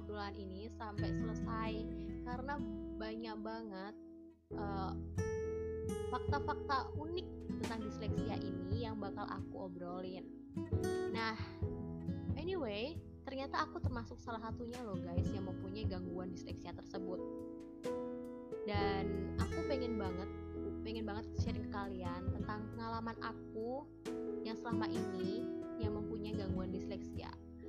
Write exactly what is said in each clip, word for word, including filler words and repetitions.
obrolan ini sampai selesai karena banyak banget uh, fakta-fakta unik tentang disleksia ini yang bakal aku obrolin. Nah, anyway, ternyata aku termasuk salah satunya loh guys yang mempunyai gangguan disleksia tersebut. Dan aku pengen banget, pengen banget sharing ke kalian tentang pengalaman aku yang selama ini yang mempunyai gangguan disleksia.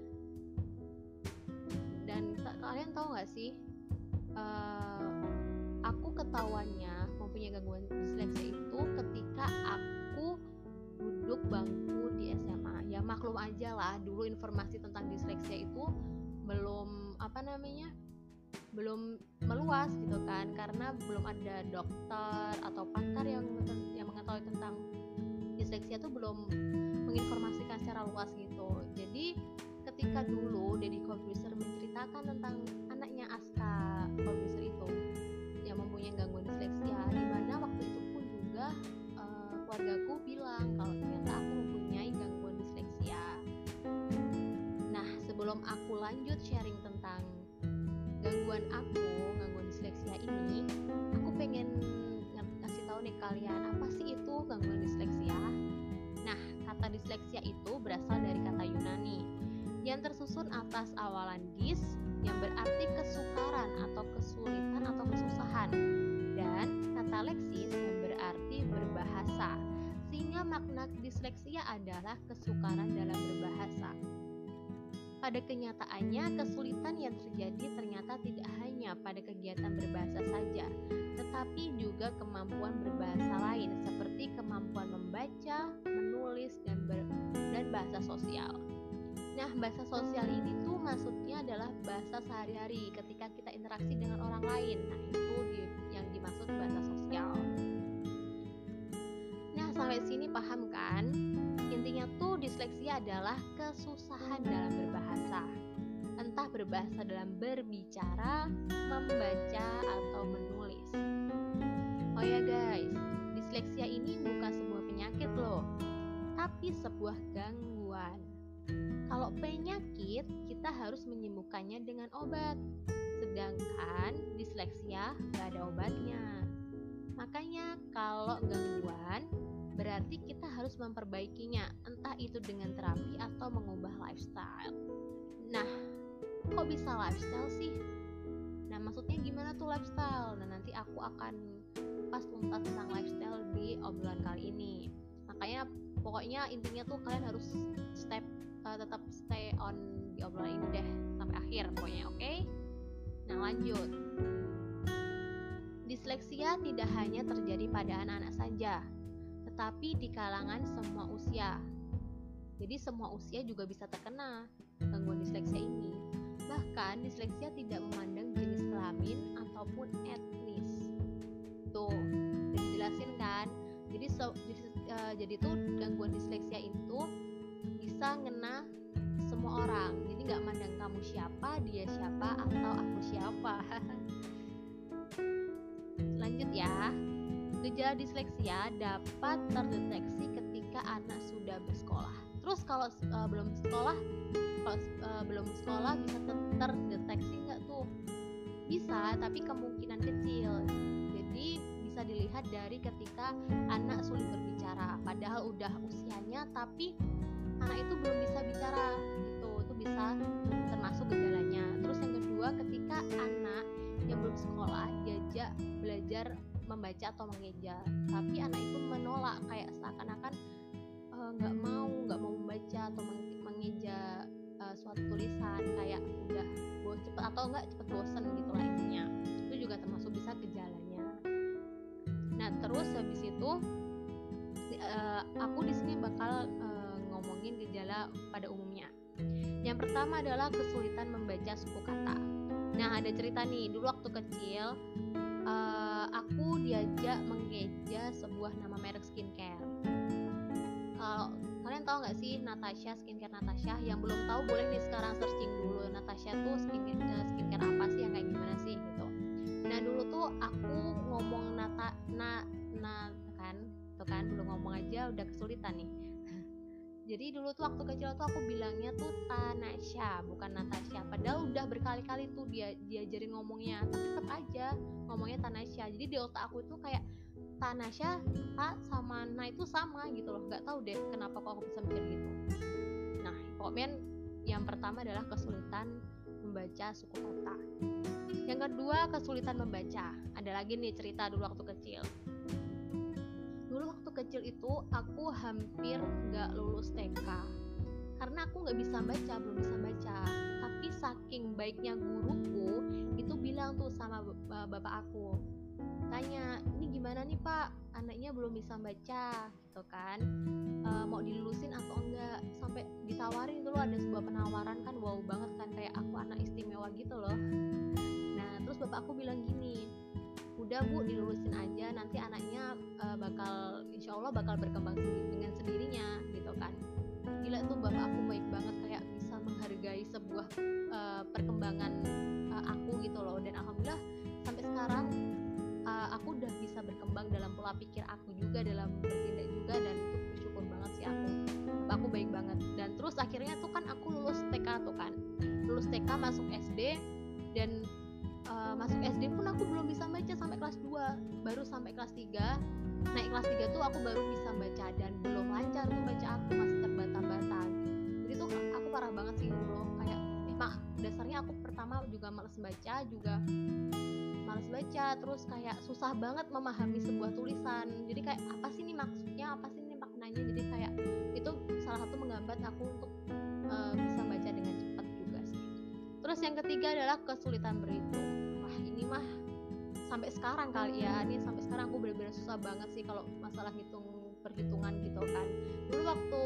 Dan t- kalian tahu gak sih, uh, aku ketahuannya mempunyai gangguan disleksia itu ketika aku duduk bangku di S M A. Ya maklum aja lah, dulu informasi tentang disleksia itu belum apa namanya belum meluas gitu kan, karena belum ada dokter atau pakar yang yang mengetahui tentang disleksia itu belum menginformasikan secara luas gitu. Jadi ketika dulu Deddy Corbuzier menceritakan tentang anaknya Aska Corbuzier itu yang mempunyai gangguan disleksia, di mana waktu itu pun juga uh, keluargaku bilang kalau ternyata aku mempunyai gangguan disleksia. Nah, sebelum aku lanjut sharing tentang gangguan aku, gangguan disleksia ini, aku pengen ngasih tahu nih kalian apa sih itu gangguan disleksia. Nah, kata disleksia itu berasal dari kata Yunani yang tersusun atas awalan dis yang berarti kesukaran atau kesulitan atau kesusahan, dan kata leksis yang berarti berbahasa, sehingga makna disleksia adalah kesukaran dalam berbahasa. Pada kenyataannya, kesulitan yang terjadi ternyata tidak hanya pada kegiatan berbahasa saja, tetapi juga kemampuan berbahasa lain seperti kemampuan membaca, menulis, dan, ber- dan bahasa sosial. Nah, bahasa sosial ini tuh maksudnya adalah bahasa sehari-hari ketika kita interaksi dengan orang lain. Nah, itu di, yang dimaksud bahasa sosial. Nah, sampai sini paham kan? Intinya tuh disleksia adalah kesusahan dalam berbahasa. Entah berbahasa dalam berbicara, membaca, atau menulis. Oh ya guys, disleksia ini bukan sebuah penyakit loh, tapi sebuah gangguan. Kalau penyakit, kita harus menyembuhkannya dengan obat. Sedangkan disleksia gak ada obatnya. Makanya kalau gangguan, berarti kita harus memperbaikinya, entah itu dengan terapi atau mengubah lifestyle. Nah, kok bisa lifestyle sih? Nah, maksudnya gimana tuh lifestyle? Nah, nanti aku akan kupas tuntas tentang lifestyle di obrolan kali ini. Makanya pokoknya intinya tuh kalian harus step uh, tetap stay on di obrolan ini deh sampai akhir pokoknya, oke? Okay? Nah, lanjut. Disleksia tidak hanya terjadi pada anak-anak saja, tetapi di kalangan semua usia. Jadi semua usia juga bisa terkena gangguan disleksia ini. Bahkan disleksia tidak memandang jenis kelamin ataupun etnis. Tuh, udah dijelasin kan? Jadi so, jadi, uh, jadi tuh gangguan disleksia itu bisa ngena semua orang. Jadi nggak mandang kamu siapa, dia siapa, atau aku siapa. Lanjut ya. Gejala disleksia dapat terdeteksi ketika anak sudah bersekolah. Terus kalau uh, belum sekolah, kalau uh, belum sekolah bisa ter- terdeteksi nggak tuh? Bisa, tapi kemungkinan kecil. Jadi bisa dilihat dari ketika anak sulit berbicara, padahal udah usianya, tapi anak itu belum bisa bicara. Gitu, itu bisa termasuk gejalanya. Terus yang kedua, ketika anak yang belum sekolah diajak belajar membaca atau mengeja, tapi anak itu menolak, kayak seakan-akan nggak uh, mau nggak mau membaca atau mengeja uh, suatu tulisan, kayak udah bos cepet atau nggak cepet bosen gitu lah intinya. Itu juga termasuk bisa gejalanya. Nah, terus habis itu uh, aku di sini bakal uh, ngomongin gejala pada umumnya. Yang pertama adalah kesulitan membaca suku kata. Nah, ada cerita nih, dulu waktu kecil uh, aku diajak mengeja sebuah nama merek skincare. Kalau kalian tahu nggak sih Natasha, skincare Natasha? Yang belum tahu boleh nih sekarang searching dulu Natasha tuh skincare, uh, skincare apa sih, yang kayak gimana sih gitu. Nah, dulu tuh aku ngomong nata na na kan, tuh kan belum ngomong aja udah kesulitan nih. Jadi dulu tuh waktu kecil tuh aku bilangnya tuh Tanasha, bukan Natasha. Padahal udah berkali-kali tuh dia diajarin ngomongnya, tapi tetap aja ngomongnya Tanasha. Jadi di otak aku tuh kayak Tanasha, Ta sama Na itu sama gitu loh. Gak tahu deh kenapa kok aku bisa mikir gitu. Nah, pokoknya yang pertama adalah kesulitan membaca suku kata. Yang kedua, kesulitan membaca. Ada lagi nih cerita dulu waktu kecil. Dulu waktu kecil itu aku hampir gak lulus T K karena aku gak bisa baca, belum bisa baca. Tapi saking baiknya guruku itu bilang tuh sama bapak aku, tanya, ini gimana nih Pak, anaknya belum bisa baca gitu kan, e, mau dilulusin atau enggak. Sampai ditawarin dulu, ada sebuah penawaran kan, wow banget kan, kayak aku anak istimewa gitu loh. Nah terus bapak aku bilang gini, udah Bu, dilulusin aja, nanti anaknya uh, bakal, insya Allah bakal berkembang sendiri, dengan sendirinya gitu kan. Gila tuh bapak aku baik banget, kayak bisa menghargai sebuah uh, perkembangan uh, aku gitu loh. Dan alhamdulillah sampai sekarang uh, aku udah bisa berkembang dalam pola pikir aku juga, dalam bertindak juga, dan itu bersyukur banget sih aku. Bapak aku baik banget. Dan terus akhirnya tuh kan aku lulus T K tuh kan, lulus T K masuk S D, dan Uh, masuk S D pun aku belum bisa baca sampai kelas dua, baru sampai kelas tiga, naik kelas tiga tuh aku baru bisa baca, dan belum lancar tuh baca aku, masih terbata-bata. Jadi tuh aku parah banget sih dulu, kayak emang dasarnya aku pertama juga males baca, juga males baca, terus kayak susah banget memahami sebuah tulisan. Jadi kayak apa sih nih maksudnya, apa sih nih maknanya, jadi kayak itu salah satu menghambat aku untuk uh, bisa baca dengan cepat juga sih. Terus yang ketiga adalah kesulitan berhitung. Wah ini mah sampai sekarang kali ya, ini sampai sekarang aku benar-benar susah banget sih kalau masalah hitung perhitungan gitu kan. Dulu waktu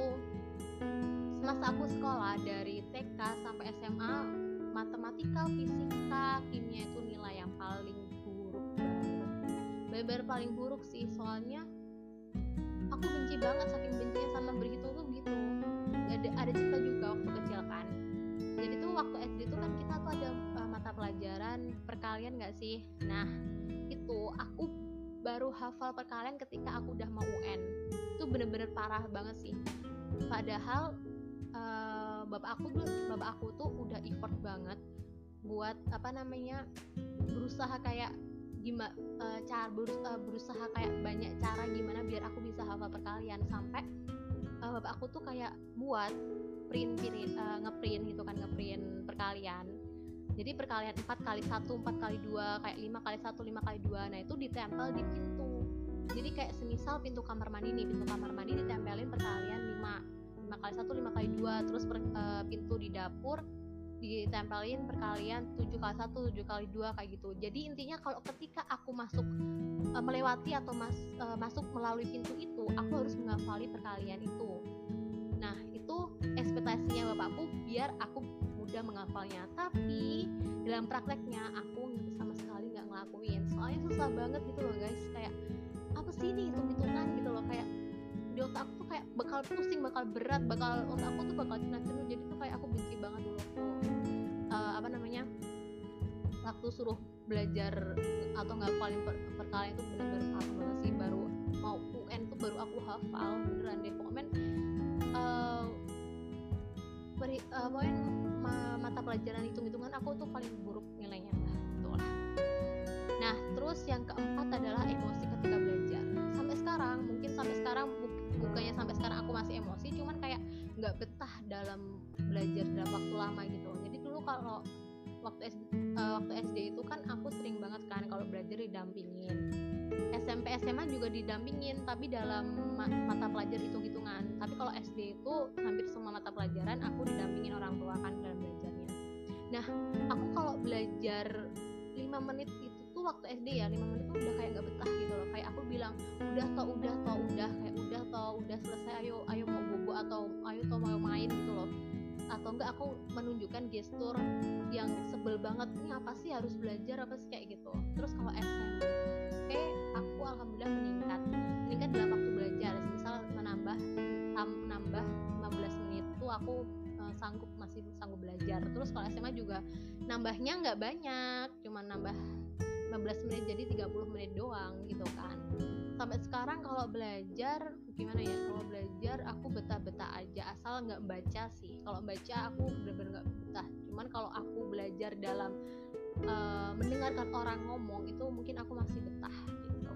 semasa aku sekolah dari T K sampai S M A, matematika, fisika, kimia itu nilai yang paling buruk banget, benar-benar paling buruk sih. Soalnya aku benci banget, saking bencinya sama berhitung tuh gitu. Ada, ada cerita juga waktu kecil kan. Jadi tuh waktu S D tuh kan kita tuh ada uh, mata pelajaran perkalian gak sih? Nah itu aku baru hafal perkalian ketika aku udah mau U N. Itu bener-bener parah banget sih. Padahal uh, bapak aku tuh bapak aku tuh udah effort banget buat apa namanya berusaha kayak gimana uh, cara berusaha, berusaha kayak banyak cara gimana biar aku bisa hafal perkalian. Sampai uh, bapak aku tuh kayak buat print, print uh, ngeprint gitu kan, ngeprint perkalian. Jadi perkalian empat kali satu, empat kali dua, kayak lima kali satu, lima kali dua. Nah itu ditempel di pintu. Jadi kayak semisal pintu kamar mandi nih, pintu kamar mandi ditempelin perkalian lima, lima kali satu, lima kali dua. Terus per, uh, pintu di dapur ditempelin perkalian tujuh kali satu, tujuh kali dua, kayak gitu. Jadi intinya kalau ketika aku masuk uh, melewati atau mas, uh, masuk melalui pintu itu, aku harus menghafali perkalian itu. Nah itu ekspektasinya bapakku biar aku mudah menghafalnya, tapi dalam prakteknya aku sama sekali nggak ngelakuin. Soalnya susah banget gitu loh guys, kayak apa sih ini hitung-hitungan gitu loh, kayak di otak aku tuh kayak bakal pusing, bakal berat, bakal otak aku tuh bakal jenuh. Jadi tuh kayak aku benci banget dulu tuh uh, apa namanya waktu suruh belajar atau ngafalin per- perkalian itu bener-bener parah banget sih. Baru mau U N tuh baru aku hafal beneran deh. Pokoknya uh, peri, uh, pokoknya ma- mata pelajaran hitung-hitungan aku tuh paling buruk nilainya lah, itulah. Nah terus yang keempat adalah emosi ketika belajar. Sampai sekarang, mungkin sampai sekarang bukannya sampai sekarang aku masih emosi, cuman kayak nggak betah dalam belajar dalam waktu lama gitu. Jadi dulu kalau waktu S, uh, waktu S D itu kan aku sering banget kan kalau belajar didampingin. S M P S M A juga didampingin, tapi dalam ma- mata pelajaran hitung-hitungan. Tapi kalau S D itu hampir semua mata pelajaran aku didampingin orang tua kan dalam belajarnya. Nah aku kalau belajar lima menit itu tuh waktu S D ya, lima menit tuh udah kayak gak betah gitu loh. Kayak aku bilang udah toh udah toh udah kayak udah toh udah selesai, ayo ayo mau bobo atau ayo toh mau main gitu loh. Atau enggak aku menunjukkan gestur yang sebel banget, ini apa sih harus belajar apa sih kayak gitu. Terus kalau S M P aku alhamdulillah meningkat meningkat dalam waktu belajar. Misal menambah menambah lima belas menit tuh aku uh, sanggup masih sanggup belajar. Terus kalau S M A juga nambahnya nggak banyak, cuma nambah lima belas menit jadi tiga puluh menit doang gitu kan. sampai sekarang kalau belajar gimana ya, kalau belajar aku betah-betah aja asal nggak baca sih. Kalau baca aku bener-bener nggak betah, cuman kalau aku belajar dalam uh, mendengarkan orang ngomong itu mungkin aku masih betah gitu,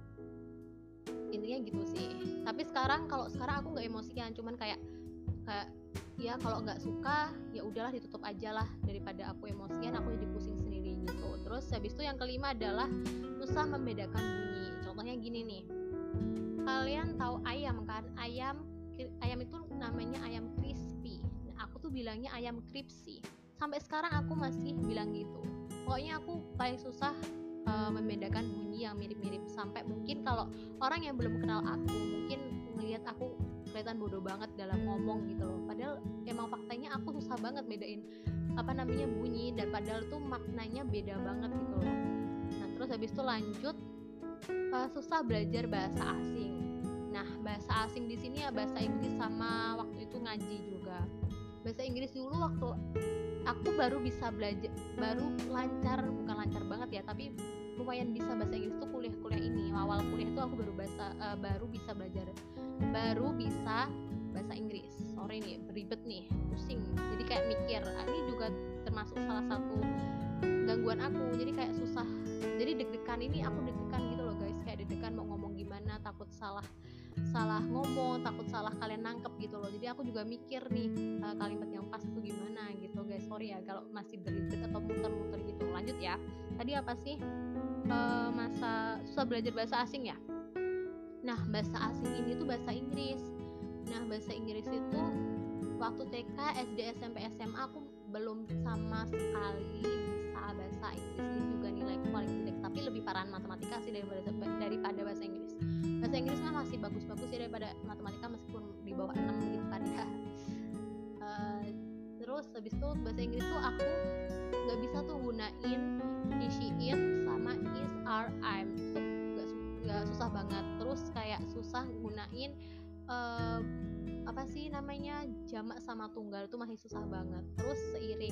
intinya gitu sih. Tapi sekarang kalau sekarang aku nggak emosian, cuman kayak kayak ya kalau nggak suka ya udahlah ditutup aja lah, daripada aku emosian aku jadi pusing sendiri gitu. Terus habis itu yang kelima adalah susah membedakan bunyi. Contohnya gini nih, kalian tahu ayam kan, ayam ayam itu namanya ayam crispy. Nah, aku tuh bilangnya ayam crispy. Sampai sekarang aku masih bilang gitu. Pokoknya aku paling susah uh, membedakan bunyi yang mirip-mirip. Sampai mungkin kalau orang yang belum kenal aku mungkin ngelihat aku kelihatan bodoh banget dalam ngomong gitu loh. Padahal emang faktanya aku susah banget bedain apa namanya bunyi, dan padahal tuh maknanya beda banget gitu loh. Nah terus habis itu lanjut uh, susah belajar bahasa asing. Nah bahasa asing di sini ya bahasa Inggris, sama waktu itu ngaji juga. Bahasa Inggris dulu waktu aku baru bisa belajar, baru lancar, bukan lancar banget ya, tapi lumayan bisa bahasa Inggris tuh kuliah-kuliah ini. Awal kuliah tuh aku baru bahasa uh, baru bisa belajar, baru bisa bahasa Inggris. Sorry nih, beribet nih, pusing. Jadi kayak mikir, ah, ini juga termasuk salah satu gangguan aku. Jadi kayak susah. Jadi deg-degan ini aku deg-degan gitu loh guys, kayak deg-degan mau ngomong gimana, takut salah salah ngomong, takut salah kalian nangkep gitu loh. Jadi aku juga mikir nih uh, kalimat yang pas itu gimana gitu guys. Sorry ya kalau masih beribet atau muter-muter gitu. Lanjut ya. Tadi apa sih? Uh, masa susah belajar bahasa asing ya. Nah bahasa asing ini tuh bahasa Inggris. Nah bahasa Inggris itu waktu T K, S D, S M P, S M A aku belum sama sekali bisa bahasa Inggris. Ini juga nilaiku paling jelek, tapi lebih parah matematika sih daripada daripada bahasa Inggris. Bahasa Inggris mah masih bagus-bagus sih daripada matematika meskipun di bawah enam gitu kan ya. Uh, terus habis itu bahasa Inggris tuh aku nggak bisa tuh gunain is, she, it sama is, are, I'm. Itu gak susah banget. Terus kayak susah gunain uh, apa sih namanya jamak sama tunggal, itu masih susah banget. Terus seiring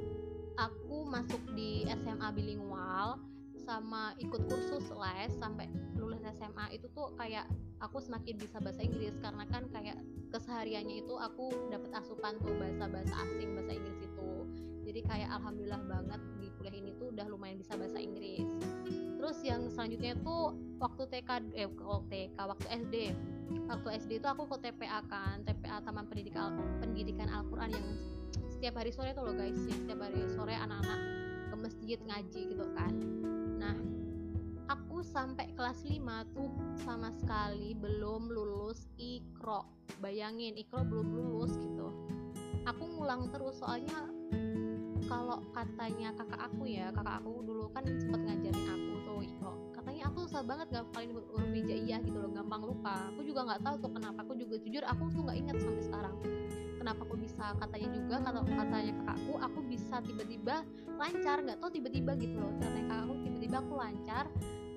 aku masuk di S M A bilingual sama ikut kursus les sampai lulus S M A, itu tuh kayak aku semakin bisa bahasa Inggris karena kan kayak kesehariannya itu aku dapat asupan tuh bahasa-bahasa asing, bahasa Inggris itu. Jadi kayak alhamdulillah banget di kuliah ini tuh udah lumayan bisa bahasa Inggris. Terus yang selanjutnya tuh waktu T K eh waktu T K waktu S D. Waktu S D itu aku ke T P A kan, T P A Taman Pendidikan Pendidikan Al-Qur'an yang setiap hari sore tuh loh guys, yang setiap hari sore anak-anak ke masjid ngaji gitu kan. Nah, aku sampai kelas lima tuh sama sekali belum lulus Iqra. Bayangin, Iqra belum lulus gitu. Aku ngulang terus soalnya kalau katanya kakak aku ya, kakak aku dulu kan sempat ngajarin aku tuh Iqra. Katanya aku susah banget ngafalin huruf hijaiyah gitu loh, gampang lupa. Aku juga nggak tahu tuh kenapa. Aku juga jujur aku tuh nggak ingat sampai sekarang. Kenapa aku bisa, katanya juga kalau katanya kakakku aku bisa tiba-tiba lancar, nggak tahu tiba-tiba gitu loh. Katanya kakakku tiba-tiba aku lancar.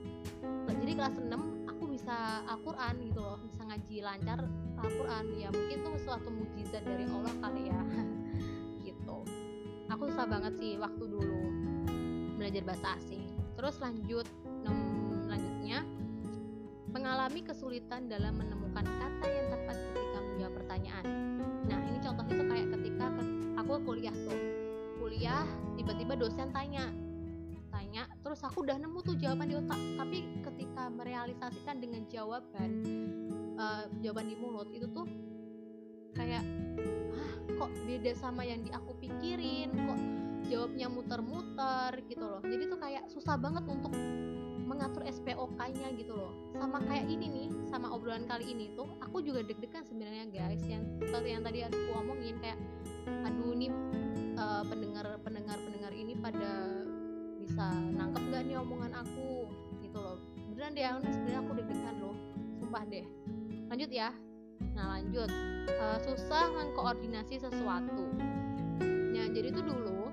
Jadi kelas enam aku bisa Al-Qur'an gitu loh, bisa ngaji lancar Al-Qur'an. Ya mungkin tuh suatu mukjizat dari Allah kali ya. Gitu. Aku susah banget sih waktu dulu belajar bahasa asing. Terus lanjut nem, lanjutnya mengalami kesulitan dalam menemukan kata yang tepat ketika menjawab pertanyaan. Nah ini contohnya tuh kayak ketika ke, aku kuliah tuh kuliah tiba-tiba dosen tanya tanya terus aku udah nemu tuh jawaban di otak, tapi ketika merealisasikan dengan jawaban uh, jawaban di mulut itu tuh kayak hah kok beda sama yang di aku pikirin, kok jawabnya muter-muter gitu loh. Jadi tuh kayak susah banget untuk mengatur S P O K-nya gitu loh. Sama kayak ini nih, sama obrolan kali ini tuh aku juga deg-degan sebenarnya guys, yang seperti yang tadi aku omongin kayak aduh nih uh, pendengar-pendengar pendengar ini pada bisa nangkep gak nih omongan aku gitu loh. Beneran deh, sebenarnya aku deg-degan loh, sumpah deh. Lanjut ya. Nah lanjut, uh, susah mengkoordinasi sesuatu. Nah jadi tuh dulu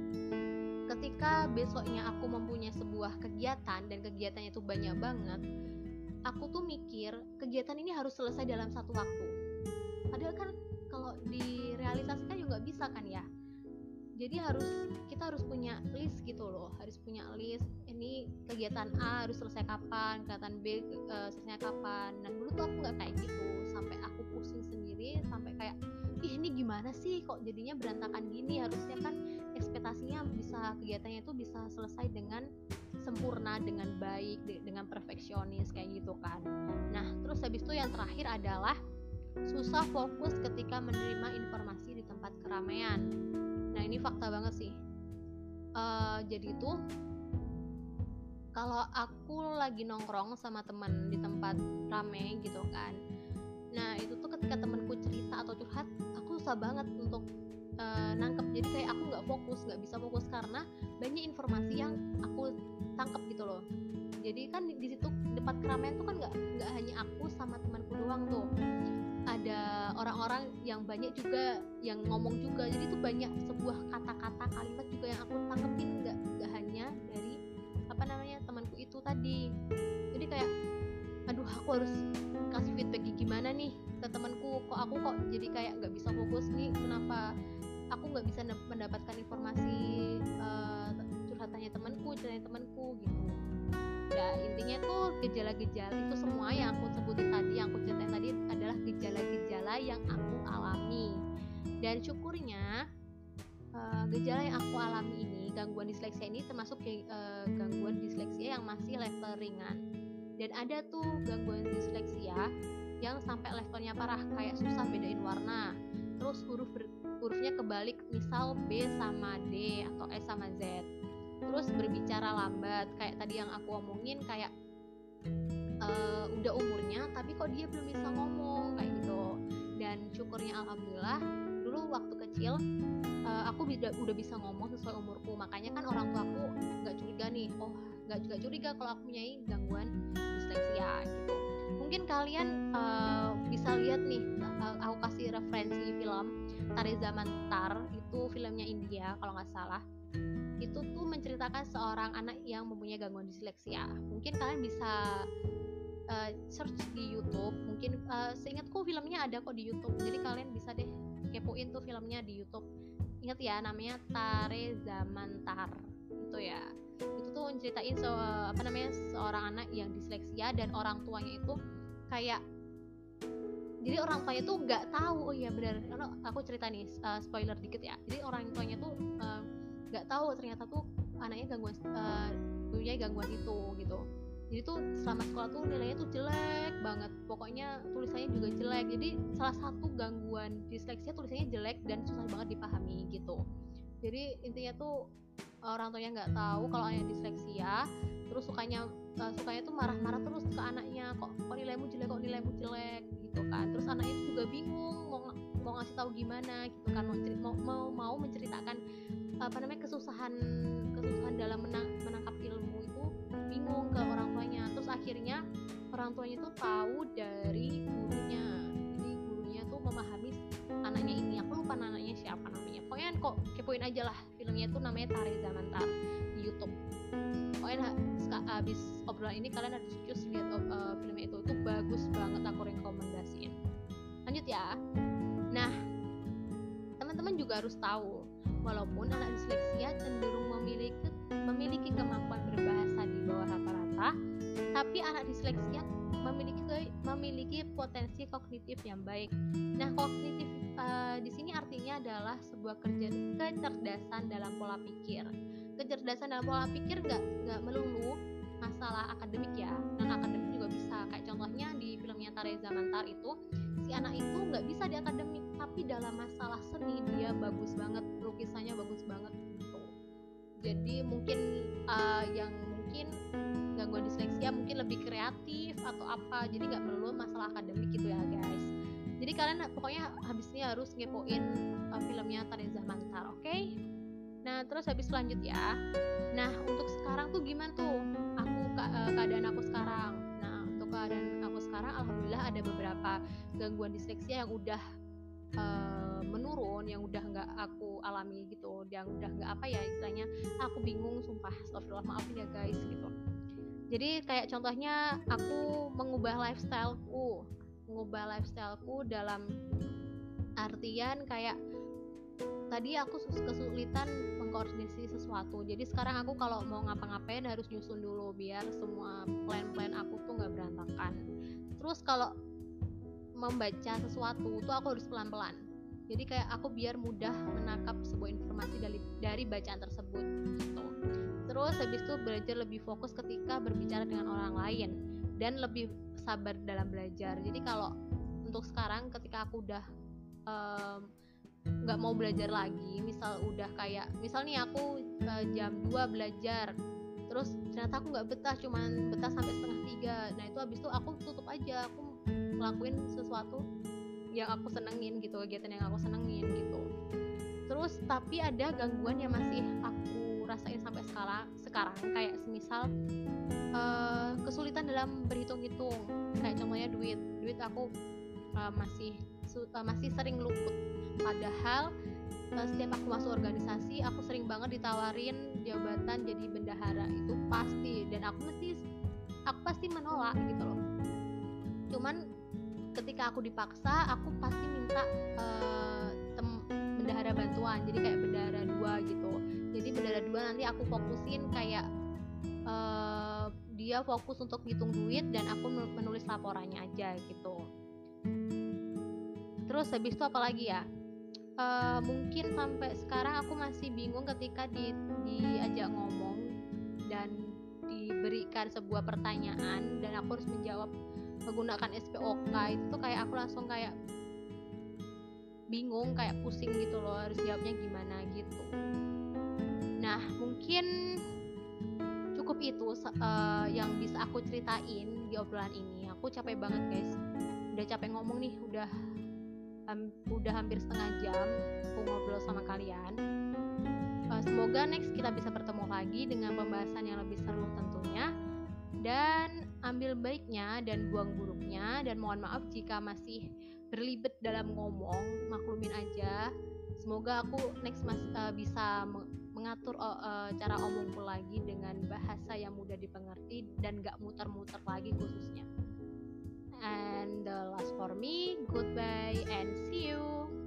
ketika besoknya aku mempunyai sebuah kegiatan dan kegiatannya itu banyak banget, aku tuh mikir kegiatan ini harus selesai dalam satu waktu. Padahal kan kalau direalisasikan juga nggak bisa kan ya. Jadi harus kita harus punya list gitu loh, harus punya list ini kegiatan A harus selesai kapan, kegiatan B uh, selesai kapan. Nah dulu tuh aku nggak kayak gitu, sampai aku pusing sendiri, sampai kayak ih ini gimana sih kok jadinya berantakan gini, harusnya kan ekspektasinya bisa kegiatannya itu bisa selesai dengan sempurna, dengan baik, dengan perfeksionis kayak gitu kan. Nah terus habis itu yang terakhir adalah susah fokus ketika menerima informasi di tempat keramaian. Nah ini fakta banget sih. Uh, jadi tuh kalau aku lagi nongkrong sama teman di tempat rame gitu kan, nah itu tuh ketika temanku cerita atau curhat, aku susah banget untuk uh, nangkep. Jadi kayak aku nggak fokus, nggak bisa fokus karena banyak informasi yang aku tangkep gitu loh. Jadi kan di, di situ tempat keramaian tuh kan nggak nggak hanya aku sama temanku doang tuh, ada orang-orang yang banyak juga yang ngomong juga. Jadi tuh banyak sebuah kata-kata kalimat juga yang aku tangkepin, nggak nggak hanya dari apa namanya temanku itu tadi. Jadi kayak aduh aku harus kasih feedback gimana nih ke temanku, kok aku kok jadi kayak nggak bisa fokus nih, kenapa aku nggak bisa mendapatkan informasi uh, curhatannya temanku, curhatannya temanku gitu. Ya intinya tuh gejala-gejala itu semua yang aku sebutin tadi, yang aku ceritain tadi adalah gejala-gejala yang aku alami. Dan syukurnya uh, gejala yang aku alami ini, gangguan disleksia ini termasuk uh, gangguan disleksia yang masih level ringan. Dan ada tuh gangguan disleksia yang sampai levelnya parah, kayak susah bedain warna, terus huruf ber, hurufnya kebalik, misal B sama D atau S sama Z. Terus berbicara lambat, kayak tadi yang aku omongin, kayak uh, udah umurnya tapi kok dia belum bisa ngomong kayak gitu. Dan syukurnya alhamdulillah dulu waktu kecil uh, aku udah, udah bisa ngomong sesuai umurku, makanya kan orang tua aku nggak curiga nih, oh nggak juga curiga kalau aku punya gangguan disleksia gitu. Mungkin kalian uh, bisa lihat nih, uh, aku kasih referensi film Tare Zaman Tar, itu filmnya India kalau nggak salah. Itu tuh menceritakan seorang anak yang mempunyai gangguan disleksia. Mungkin kalian bisa uh, search di YouTube. Mungkin uh, seingatku filmnya ada kok di YouTube. Jadi kalian bisa deh kepoin tuh filmnya di YouTube. Ingat ya, namanya Tare Zaman Tar. Itu ya. Itu tuh menceritain so, apa namanya seorang anak yang disleksia, dan orang tuanya itu kayak, jadi orang tuanya tuh nggak tahu. Oh iya benar, karena aku cerita nih uh, spoiler dikit ya. Jadi orang tuanya tuh nggak uh, tahu ternyata tuh anaknya gangguan uh, punya gangguan itu gitu. Jadi tuh selama sekolah tuh nilainya tuh jelek banget, pokoknya tulisannya juga jelek. Jadi salah satu gangguan disleksia tulisannya jelek dan susah banget dipahami gitu. Jadi intinya tuh orang tuanya nggak tahu kalau anaknya disleksia, terus sukanya uh, sukanya tuh marah-marah terus ke anaknya, kok kok nilaimu jelek, kok nilaimu jelek gitu kan. Terus anaknya itu juga bingung mau mau ngasih tahu gimana gitu kan, mau mau mau, mau menceritakan apa namanya kesusahan kesusahan dalam menang, menangkap ilmu itu, bingung ke orang tuanya. Terus akhirnya orang tuanya tuh tahu dari gurunya. Jadi gurunya tuh memahami anaknya ini, aku lupa anaknya siapa namanya. Pokoknya kok kepoin aja lah, filmnya tuh namanya Tare Zaman Tar di YouTube. Pokoknya habis obrolan ini kalian harus cus lihat uh, filmnya itu, itu bagus banget, aku rekomendasiin. Lanjut ya. Nah, teman-teman juga harus tahu, walaupun anak disleksia cenderung memiliki memiliki kemampuan berbahasa di bawah rata-rata, tapi anak disleksia memiliki memiliki potensi kognitif yang baik. Nah, kognitif uh, di sini artinya adalah sebuah kerja, kecerdasan dalam pola pikir. Kecerdasan dalam pola pikir nggak nggak melulu masalah akademik ya, non akademik juga bisa. Kayak contohnya di filmnya Tare Zaman Tar itu, si anak itu nggak bisa di akademik, tapi dalam masalah seni dia bagus banget, lukisannya bagus banget gitu. Jadi mungkin uh, yang mungkin gangguan disleksia mungkin lebih kreatif atau apa, jadi nggak melulu masalah akademik gitu ya guys. Jadi kalian pokoknya habis ini harus ngepoin uh, filmnya Tare Zaman Tar, oke? Okay? Nah terus habis lanjut ya. Nah untuk sekarang tuh gimana tuh aku uh, keadaan aku sekarang? Nah untuk keadaan aku sekarang alhamdulillah ada beberapa gangguan disleksia yang udah uh, menurun, yang udah nggak aku alami gitu, yang udah nggak apa ya istilahnya, aku bingung sumpah, astagfirullah, maafin ya guys gitu. Jadi kayak contohnya aku mengubah lifestyleku, mengubah lifestyleku dalam artian kayak tadi aku sus- kesulitan mengkoordinasi sesuatu. Jadi sekarang aku kalau mau ngapa-ngapain harus nyusun dulu biar semua plan-plan aku tuh nggak berantakan. Terus kalau membaca sesuatu tuh aku harus pelan-pelan. Jadi kayak aku biar mudah menangkap sebuah informasi dari dari bacaan tersebut gitu. Terus habis itu belajar lebih fokus ketika berbicara dengan orang lain dan lebih sabar dalam belajar. Jadi kalau untuk sekarang ketika aku udah nggak um, mau belajar lagi, misal udah kayak misal nih aku uh, jam dua belajar, terus ternyata aku nggak betah, cuman betah sampai setengah tiga. Nah itu habis itu aku tutup aja, aku ngelakuin sesuatu yang aku senengin gitu, kegiatan yang aku senengin gitu. Terus tapi ada gangguan yang masih aku rasain sampai sekarang sekarang kayak semisal uh, kesulitan dalam berhitung-hitung, kayak contohnya duit duit aku uh, masih uh, masih sering luput, padahal uh, setiap aku masuk organisasi aku sering banget ditawarin jabatan jadi bendahara, itu pasti, dan aku mesti aku pasti menolak gitu loh. Cuman ketika aku dipaksa, aku pasti minta uh, tem- bendahara bantuan, jadi kayak bendahara dua gitu. Jadi bendahara dua nanti aku fokusin kayak uh, dia fokus untuk hitung duit dan aku menulis laporannya aja gitu. Terus habis itu apa lagi ya? Uh, mungkin sampai sekarang aku masih bingung ketika di, diajak ngomong dan diberikan sebuah pertanyaan dan aku harus menjawab menggunakan S P O K, itu tuh kayak aku langsung kayak bingung, kayak pusing gitu loh, harus jawabnya gimana gitu. Nah mungkin cukup itu uh, yang bisa aku ceritain di obrolan ini. Aku capek banget guys, udah capek ngomong nih, udah um, udah hampir setengah jam aku ngobrol sama kalian. Uh, semoga next kita bisa bertemu lagi dengan pembahasan yang lebih seru tentunya. Dan ambil baiknya dan buang buruknya, dan mohon maaf jika masih berlibet dalam ngomong, maklumin aja. Semoga aku next mas, uh, bisa mengatur uh, cara omongku lagi dengan bahasa yang mudah dipengerti dan gak muter-muter lagi khususnya. And the last for me, goodbye and see you.